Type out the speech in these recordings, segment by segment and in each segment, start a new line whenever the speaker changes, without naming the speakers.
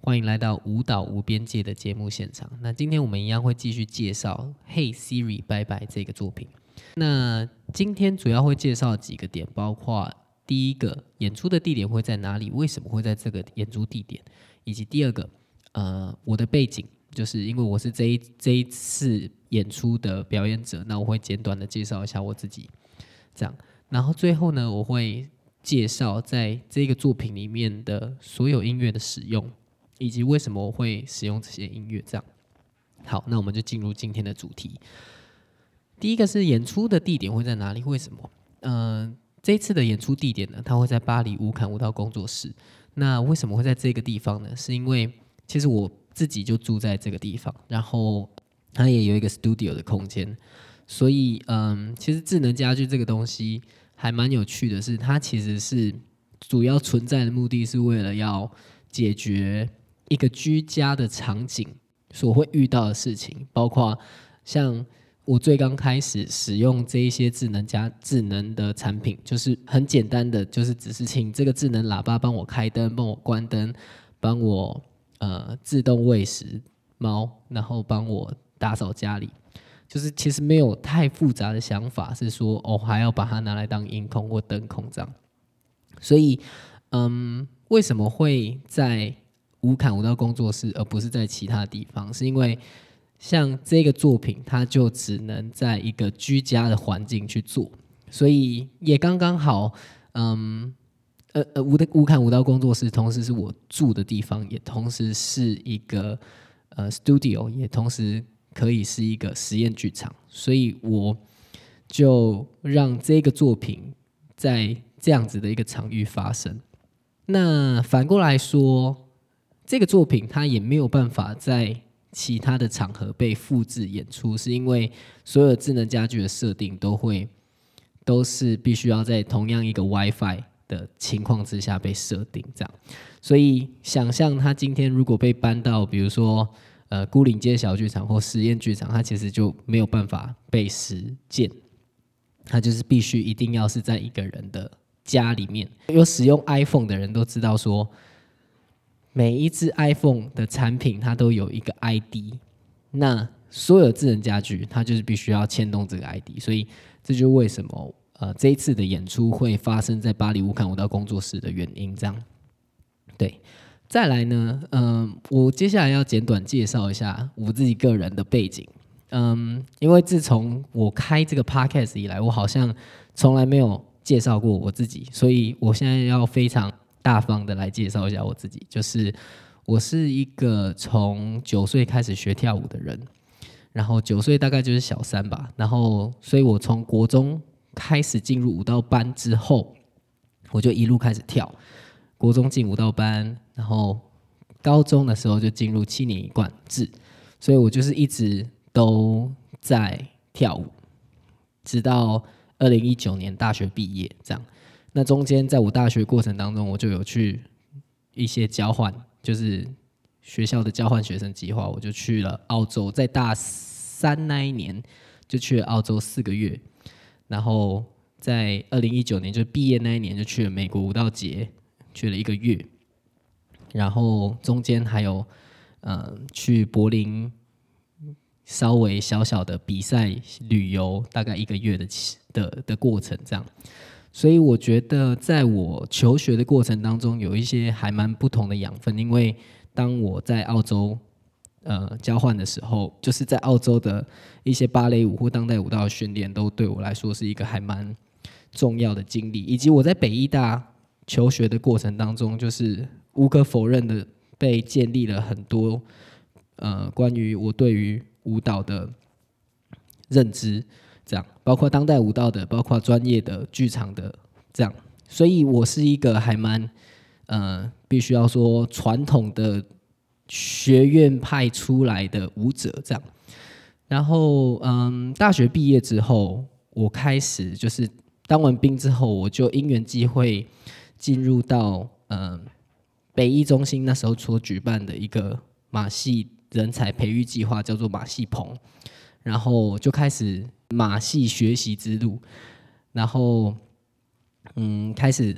欢迎来到舞蹈无边界的节目现场。那今天我们一样会继续介绍《Hey Siri 拜拜》这个作品。那今天主要会介绍几个点，包括第一个，演出的地点会在哪里？为什么会在这个演出地点？以及第二个，我的背景，就是因为我是这一次演出的表演者，那我会简短的介绍一下我自己，这样。然后最后呢，我会介绍在这个作品里面的所有音乐的使用。以及为什么我会使用这些音乐，这样。好，那我们就进入今天的主题。第一个是演出的地点会在哪里？为什么？这一次的演出地点呢，它会在巴黎乌坎舞蹈工作室。那为什么会在这个地方呢？是因为其实我自己就住在这个地方，然后它也有一个 studio 的空间，所以其实智能家居这个东西还蛮有趣的是，它其实是主要存在的目的是为了要解决一个居家的场景所会遇到的事情，包括像我最刚开始使用这一些智能的产品，就是很简单的，就是只是请这个智能喇叭帮我开灯、帮我关灯、帮我自动喂食猫，然后帮我打扫家里，就是其实没有太复杂的想法，是说还要把它拿来当音控或灯控这样，所以为什么会在乌坎舞蹈工作室，而不是在其他地方？是因为像这个作品，它就只能在一个居家的环境去做，所以也刚刚好。乌坎舞蹈工作室同时是我住的地方，也同时是一个studio， 也同时可以是一个实验剧场，所以我就让这个作品在这样子的一个场域发生。那反过来说，这个作品它也没有办法在其他的场合被复制演出，是因为所有智能家居的设定都是必须要在同样一个 WiFi 的情况之下被设定，这样。所以想象它今天如果被搬到比如说牯岭街小剧场或实验剧场，它其实就没有办法被实践，它就是必须一定要是在一个人的家里面。有使用 iPhone 的人都知道说，每一只 iPhone 的产品它都有一个 ID， 那所有智能家居它就是必须要牵动这个 ID， 所以这就是为什么这一次的演出会发生在巴黎乌坎舞蹈工作室的原因。这样，对。再来呢，我接下来要简短介绍一下我自己个人的背景。因为自从我开这个 podcast 以来，我好像从来没有介绍过我自己，所以我现在要非常大方的来介绍一下我自己。就是我是一个从9岁开始学跳舞的人，然后9岁大概就是小3吧，然后所以我从国中开始进入舞蹈班之后，我就一路开始跳。国中进舞蹈班，然后高中的时候就进入7年一贯制，所以我就是一直都在跳舞，直到2019年大学毕业这样。那中间在我大学过程当中，我就有去一些交换，就是学校的交换学生计划，我就去了澳洲，在大3那一年就去了澳洲4个月，然后在2019年就毕业那一年就去了美国舞蹈节，去了1个月，然后中间还有去柏林稍微小小的比赛旅游，大概1个月的过程这样。所以我觉得在我求学的过程当中，有一些还蛮不同的养分，因为当我在澳洲交换的时候，就是在澳洲的一些芭蕾舞或当代舞蹈的训练，都对我来说是一个还蛮重要的经历，以及我在北艺大求学的过程当中，就是无可否认的被建立了很多关于我对于舞蹈的认知，这样包括当代舞蹈的，包括专业的剧场的这样，所以我是一个还蛮必须要说传统的学院派出来的舞者这样。然后大学毕业之后，我开始就是当完兵之后，我就因缘际会进入到北艺中心那时候所举办的一个马戏人才培育计划，叫做马戏棚，然后就开始马戏学习之路，然后开始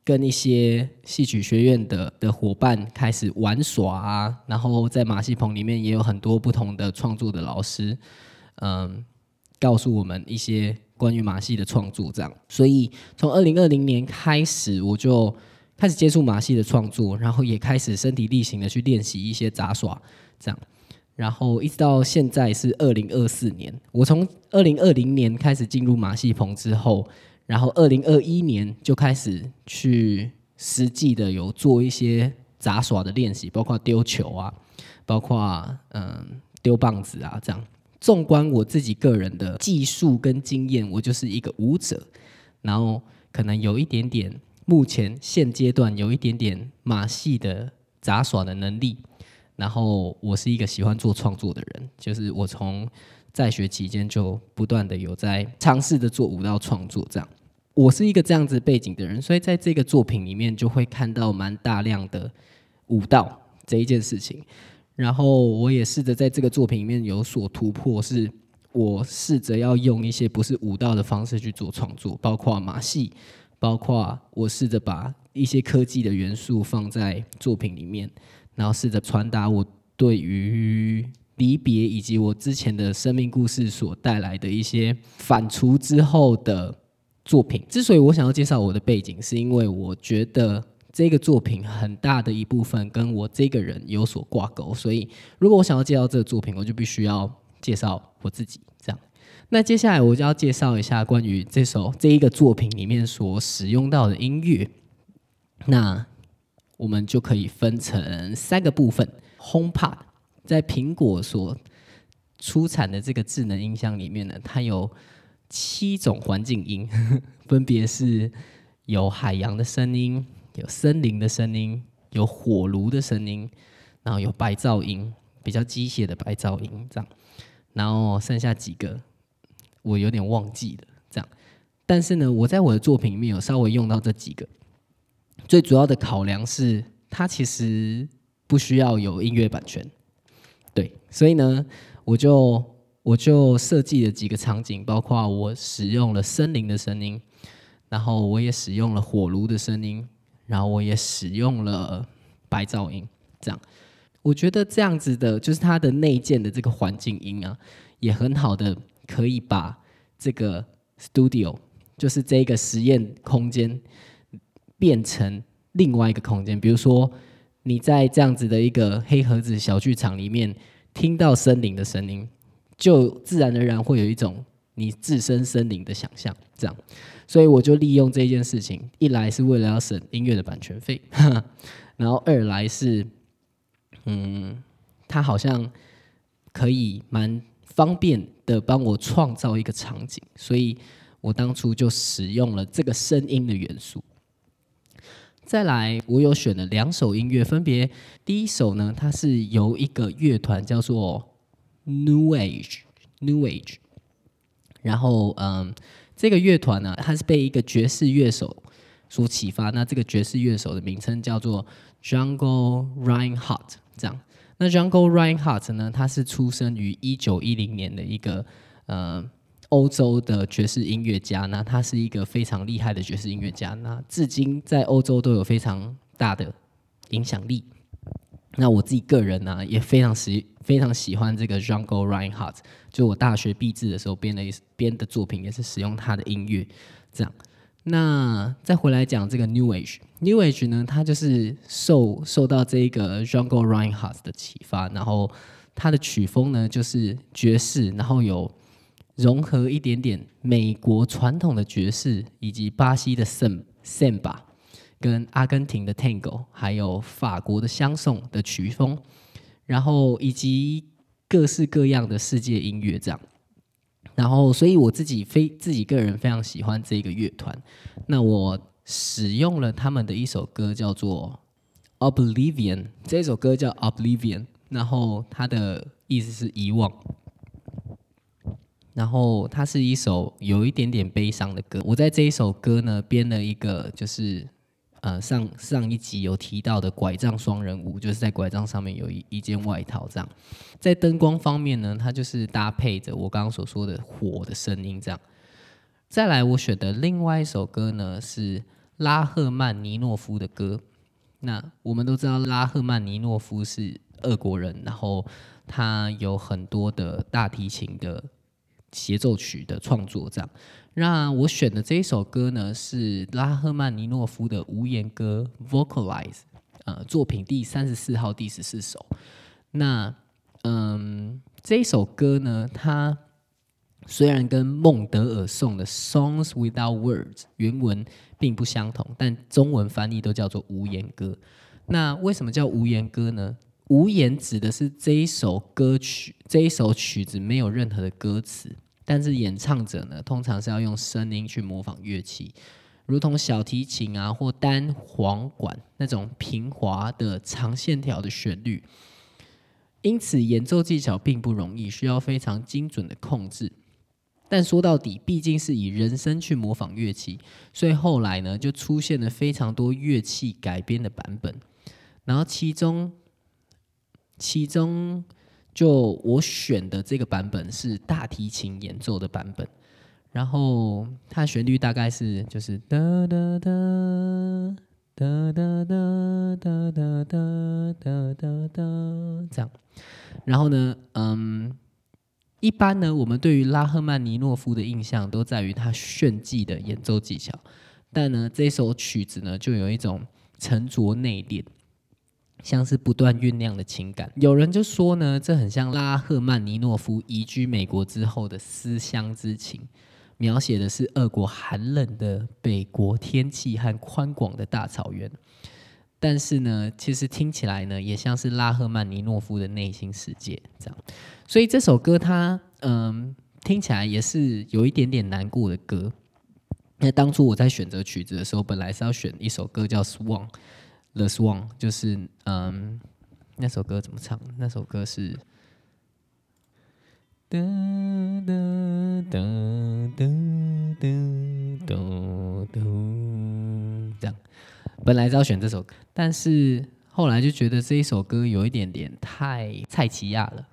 跟一些戏曲学院的伙伴开始玩耍啊，然后在马戏棚里面也有很多不同的创作的老师，告诉我们一些关于马戏的创作这样。所以从2020年开始，我就开始接触马戏的创作，然后也开始身体力行的去练习一些杂耍这样。然后一直到现在是2024年，我从2020年开始进入马戏棚之后，然后2021年就开始去实际的有做一些杂耍的练习，包括丢球啊，包括丢棒子啊这样。纵观我自己个人的技术跟经验，我就是一个舞者，然后可能有一点点，目前现阶段有一点点马戏的杂耍的能力。然后我是一个喜欢做创作的人，就是我从在学期间就不断的有在尝试着做舞蹈创作这样。我是一个这样子背景的人，所以在这个作品里面就会看到蛮大量的舞蹈这一件事情。然后我也试着在这个作品里面有所突破，是我试着要用一些不是舞蹈的方式去做创作，包括马戏，包括我试着把一些科技的元素放在作品里面，然后试着传达我对于离别以及我之前的生命故事所带来的一些反刍之后的作品。之所以我想要介绍我的背景，是因为我觉得这个作品很大的一部分跟我这个人有所挂钩，所以如果我想要介绍这个作品，我就必须要介绍我自己这样。那接下来我就要介绍一下关于这一个作品里面所使用到的音乐。那我们就可以分成3个部分。HomePod 在苹果所出产的这个智能音箱里面呢，它有7种环境音，分别是有海洋的声音，有森林的声音，有火炉的声音，然后有白噪音，比较机械的白噪音这样。然后剩下几个我有点忘记了这样。但是呢，我在我的作品里面有稍微用到这几个。最主要的考量是，它其实不需要有音乐版权，对，所以呢，我就设计了几个场景，包括我使用了森林的声音，然后我也使用了火炉的声音，然后我也使用了白噪音，这样，我觉得这样子的，就是它的内建的这个环境音啊，也很好的可以把这个 studio， 就是这个实验空间，变成另外一个空间。比如说，你在这样子的一个黑盒子小剧场里面听到森林的声音，就自然而然会有一种你置身森林的想象。这样，所以我就利用这件事情，一来是为了要省音乐的版权费，然后二来是，它好像可以蛮方便的帮我创造一个场景，所以我当初就使用了这个声音的元素。再来，我有选了2首音乐，分别第一首呢，它是由一个乐团叫做 New Age， 然后这个乐团呢，它是被一个爵士乐手所启发。那这个爵士乐手的名称叫做 Django Reinhardt， 这样。那 Django Reinhardt 呢，他是出生于1910年的一个欧洲的爵士音乐家，那他是一个非常厉害的爵士音乐家，那至今在欧洲都有非常大的影响力。那我自己个人呢，也非常喜欢这个 Django Reinhardt， 就我大学毕制的时候编的作品也是使用他的音乐，这样。那再回来讲这个 New Age 呢，它就是受到这个 Django Reinhardt 的启发，然后它的曲风呢就是爵士，然后有融合一点点美国传统的爵士，以及巴西的Samba， 跟阿根廷的 Tango， 还有法国的香颂的曲风，然后以及各式各样的世界音乐这样。然后，所以我自己个人非常喜欢这个乐团。那我使用了他们的一首歌叫做 Oblivion， 这首歌叫 Oblivion， 然后它的意思是遗忘。然后它是一首有一点点悲伤的歌。我在这一首歌呢编了一个，就是上一集有提到的拐杖双人舞，就是在拐杖上面有一件外套这样。在灯光方面呢，它就是搭配着我刚刚所说的火的声音这样。再来我选的另外一首歌呢是拉赫曼尼诺夫的歌。那我们都知道拉赫曼尼诺夫是俄国人，然后他有很多的大提琴的协奏曲的创作，这样。那我选的这一首歌呢，是拉赫曼尼诺夫的无言歌 Vocalize， 作品第34号第14首。那这一首歌呢，它虽然跟孟德尔颂的 Songs Without Words 原文并不相同，但中文翻译都叫做无言歌。那为什么叫无言歌呢？无言指的是这一首歌曲，这一首曲子没有任何的歌词，但是演唱者呢，通常是要用声音去模仿乐器，如同小提琴啊或单簧管那种平滑的长线条的旋律。因此演奏技巧并不容易，需要非常精准的控制。但说到底，毕竟是以人声去模仿乐器，所以后来呢，就出现了非常多乐器改编的版本。然后其中就我选的这个版本是大提琴演奏的版本，然后它的旋律大概是就是哒哒哒哒哒哒哒哒哒哒哒这样。然后呢，一般呢，我们对于拉赫曼尼诺夫的印象都在于他炫技的演奏技巧，但呢，这首曲子呢，就有一种沉着内敛，像是不断酝酿的情感。有人就说呢，这很像拉赫曼尼诺夫移居美国之后的思乡之情，描写的是俄国寒冷的北国天气和宽广的大草原。但是呢，其实听起来呢，也像是拉赫曼尼诺夫的内心世界这样。所以这首歌它听起来也是有一点点难过的歌。那当初我在选择曲子的时候，本来是要选一首歌叫《Swan》，The Swan， 就是那首歌怎么唱？那首歌是哒哒哒哒哒哒哒这样。本来是要选这首歌，但是后来就觉得这一首歌有一点点太蔡奇亚了。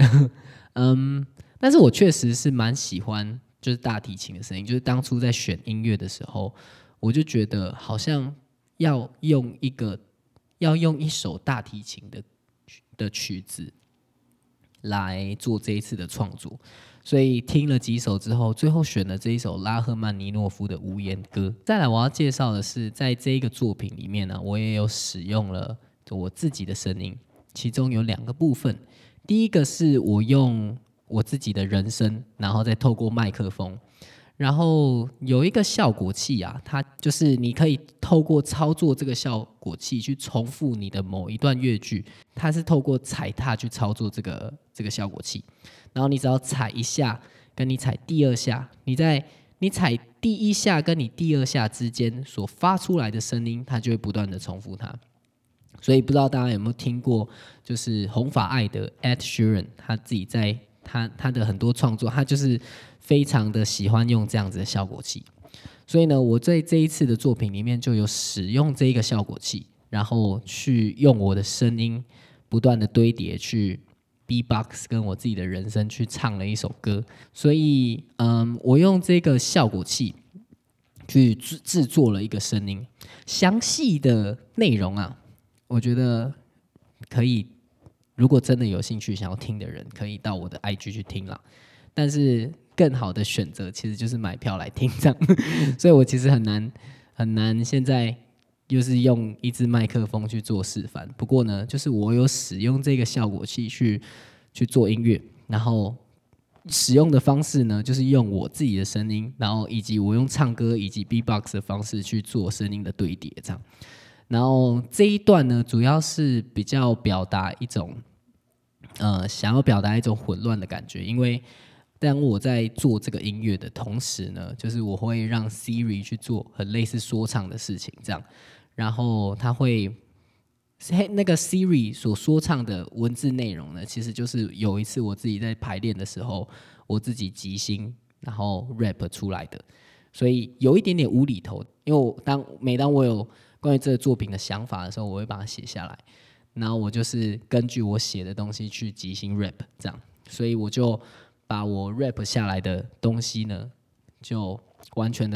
但是我确实是蛮喜欢就是大提琴的声音，就是当初在选音乐的时候，我就觉得好像要用一首大提琴的曲子来做这一次的创作，所以听了几首之后，最后选了这一首拉赫曼尼诺夫的无言歌。再来我要介绍的是，在这一个作品里面呢，我也有使用了我自己的声音，其中有2个部分。第一个是我用我自己的人声，然后再透过麦克风，然后有一个效果器啊，它就是你可以透过操作这个效果器去重复你的某一段乐句，它是透过踩踏去操作这个效果器，然后你只要踩一下，跟你踩第2下，你踩第1下跟你第2下之间所发出来的声音，它就会不断的重复它。所以不知道大家有没有听过，就是红发爱的 Ed Sheeran， 他自己在他的很多创作，他就是非常的喜欢用这样子的效果器。所以呢，我在这一次的作品里面就有使用这一个效果器，然后去用我的声音不断的堆叠，去 B-box 跟我自己的人声去唱了一首歌。所以我用这个效果器去制作了一个声音，详细的内容啊，我觉得可以，如果真的有兴趣想要听的人，可以到我的 IG 去听啦。但是更好的选择其实就是买票来听这样，所以我其实很难现在又是用一支麦克风去做示范。不过呢，就是我有使用这个效果器去做音乐，然后使用的方式呢，就是用我自己的声音，然后以及我用唱歌以及 B-box 的方式去做声音的堆叠这样。然后这一段呢，主要是比较表达一种，想要表达一种混乱的感觉，因为当我在做这个音乐的同时呢，就是我会让 Siri 去做很类似说唱的事情，这样，然后它会，那个 Siri 所说唱的文字内容呢，其实就是有一次我自己在排练的时候，我自己即兴然后 rap 出来的，所以有一点点无厘头，因为每当我有关于这个作品的想法的时候，我会把它写下来，然后我就是根据我写的东西去即兴 rap 这样，所以我就把我 rap 下来的东西呢，就完全的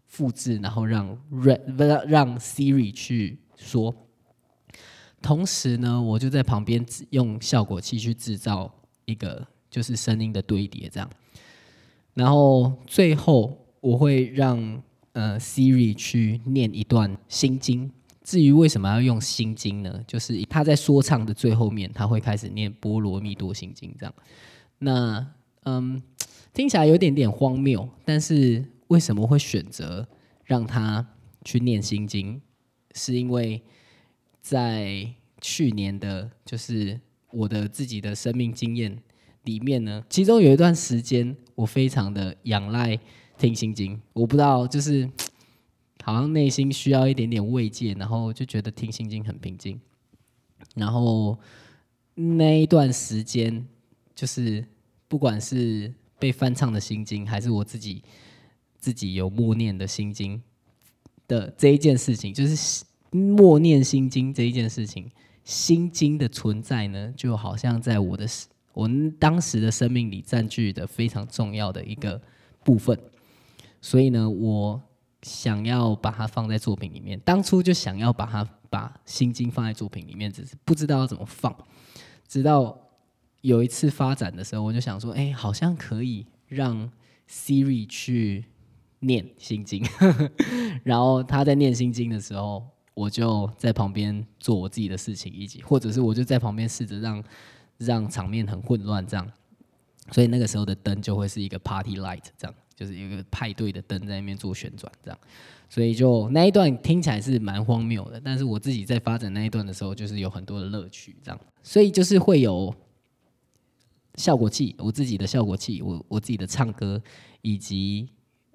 复制，然后让 Siri 去说。同时呢，我就在旁边用效果器去制造一个就是声音的堆叠，这样。然后最后我会让Siri 去念一段心经。至于为什么要用心经呢？就是他在说唱的最后面，他会开始念波罗蜜多心经这样。那听起来有点点荒谬，但是为什么会选择让他去念心经？是因为在去年的，就是我的自己的生命经验里面呢，其中有一段时间我非常的仰赖听心经，我不知道，就是好像内心需要一点点慰藉，然后就觉得听心经很平静。然后那一段时间，就是不管是被翻唱的心经，还是我自己有默念的心经的这一件事情，就是默念心经这一件事情，心经的存在呢，就好像在我当时的生命里占据的非常重要的一个部分。所以呢，我想要把它放在作品里面。当初就想要把心经放在作品里面，只是不知道要怎么放。直到有一次发展的时候，我就想说，好像可以让 Siri 去念心经，然后他在念心经的时候，我就在旁边做我自己的事情，或者是我就在旁边试着让场面很混乱这样。所以那个时候的灯就会是一个 party light 这样，就是有一个派对的灯在那边做旋转这样。所以就那一段听起来是蛮荒谬的，但是我自己在发展那一段的时候，就是有很多的乐趣这样。所以就是会有效果器，我自己的效果器，我自己的唱歌，以及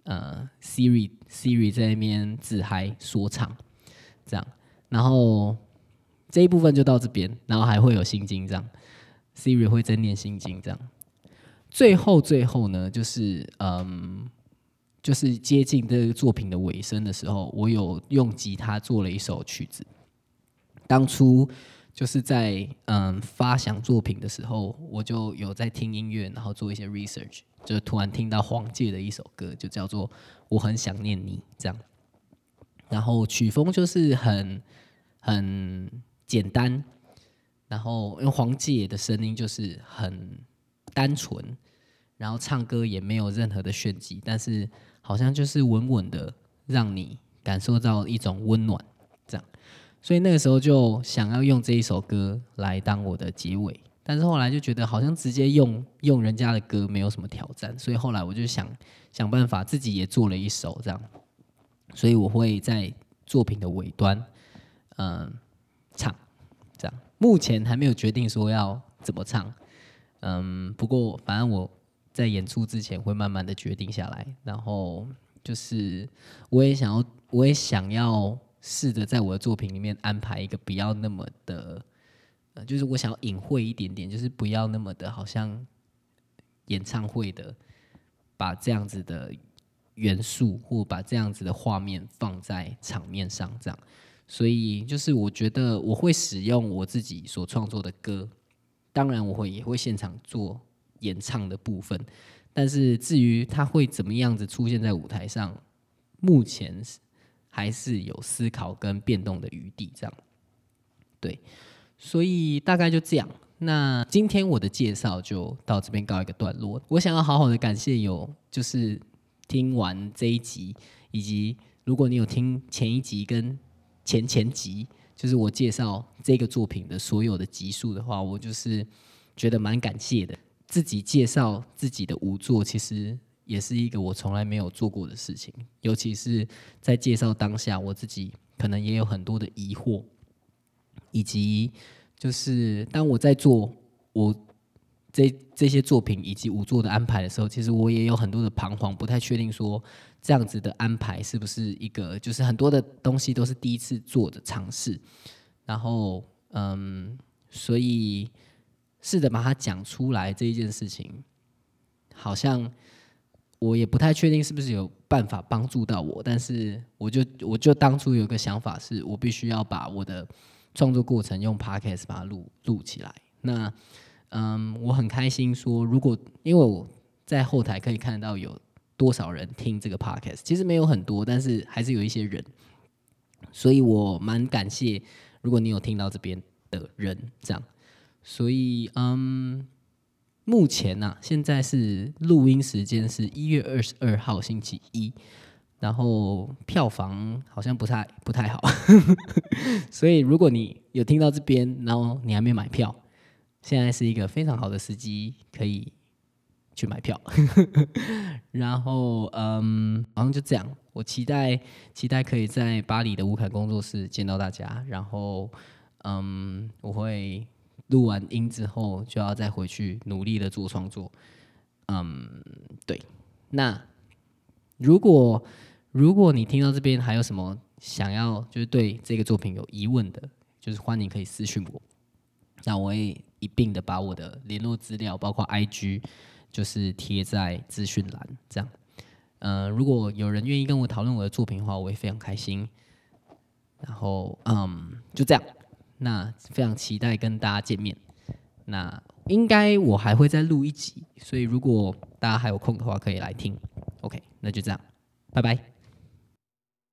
Siri 在那边自嗨说唱这样。然后这一部分就到这边，然后还会有心经这样 ，Siri 会在念心经这样。最后呢，就是接近这个作品的尾声的时候，我有用吉他做了一首曲子。当初就是在发想作品的时候，我就有在听音乐，然后做一些 research， 就突然听到黄玠的一首歌，就叫做《我很想念你》这样。然后曲风就是很简单，然后因为黄玠的声音就是很单纯，然后唱歌也没有任何的炫技，但是好像就是稳稳的让你感受到一种温暖，这样。所以那个时候就想要用这一首歌来当我的结尾，但是后来就觉得好像直接用人家的歌没有什么挑战，所以后来我就想办法自己也做了一首这样。所以我会在作品的尾端，唱这样。目前还没有决定说要怎么唱。不过反正我在演出之前会慢慢的决定下来，然后就是我也想要试着在我的作品里面安排一个不要那么的，就是我想要隐晦一点点，就是不要那么的好像演唱会的把这样子的元素或把这样子的画面放在场面上这样。所以就是我觉得我会使用我自己所创作的歌，当然也会现场做演唱的部分，但是至于它会怎么样子出现在舞台上，目前还是有思考跟变动的余地这样。对，所以大概就这样。那今天我的介绍就到这边告一个段落。我想要好好的感谢就是听完这一集，以及如果你有听前一集跟前集，就是我介绍这个作品的所有的集数的话，我就是觉得蛮感谢的。自己介绍自己的舞作，其实也是一个我从来没有做过的事情，尤其是在介绍当下，我自己可能也有很多的疑惑，以及就是当我在做我这些作品以及舞作的安排的时候，其实我也有很多的彷徨，不太确定说这样子的安排是不是一个，就是很多的东西都是第一次做的尝试，然后所以试着把它讲出来这一件事情，好像我也不太确定是不是有办法帮助到我，但是我就当初有一个想法，是我必须要把我的创作过程用 podcast 把它录起来。那我很开心说，因为我在后台可以看得到有多少人听这个 podcast，其实没有很多，但是还是有一些人，所以我蛮感谢如果你有听到这边的人，这样，所以目前现在是录音时间是1月22号星期一，然后票房好像不太好，所以如果你有听到这边，然后你还没买票，现在是一个非常好的时机，可以去买票。然后好像就这样，我期待可以在巴黎的乌坎工作室见到大家，然后我会录完音之后就要再回去努力的做创作。对，那如果你听到这边还有什么想要就是对这个作品有疑问的，就是欢迎可以私讯我，那我会一并的把我的联络资料，包括 IG，就是贴在资讯栏这样。如果有人愿意跟我讨论我的作品的话，我会非常开心。然后就这样，那非常期待跟大家见面。那应该我还会再录一集，所以如果大家还有空的话，可以来听。OK，那就这样，拜拜。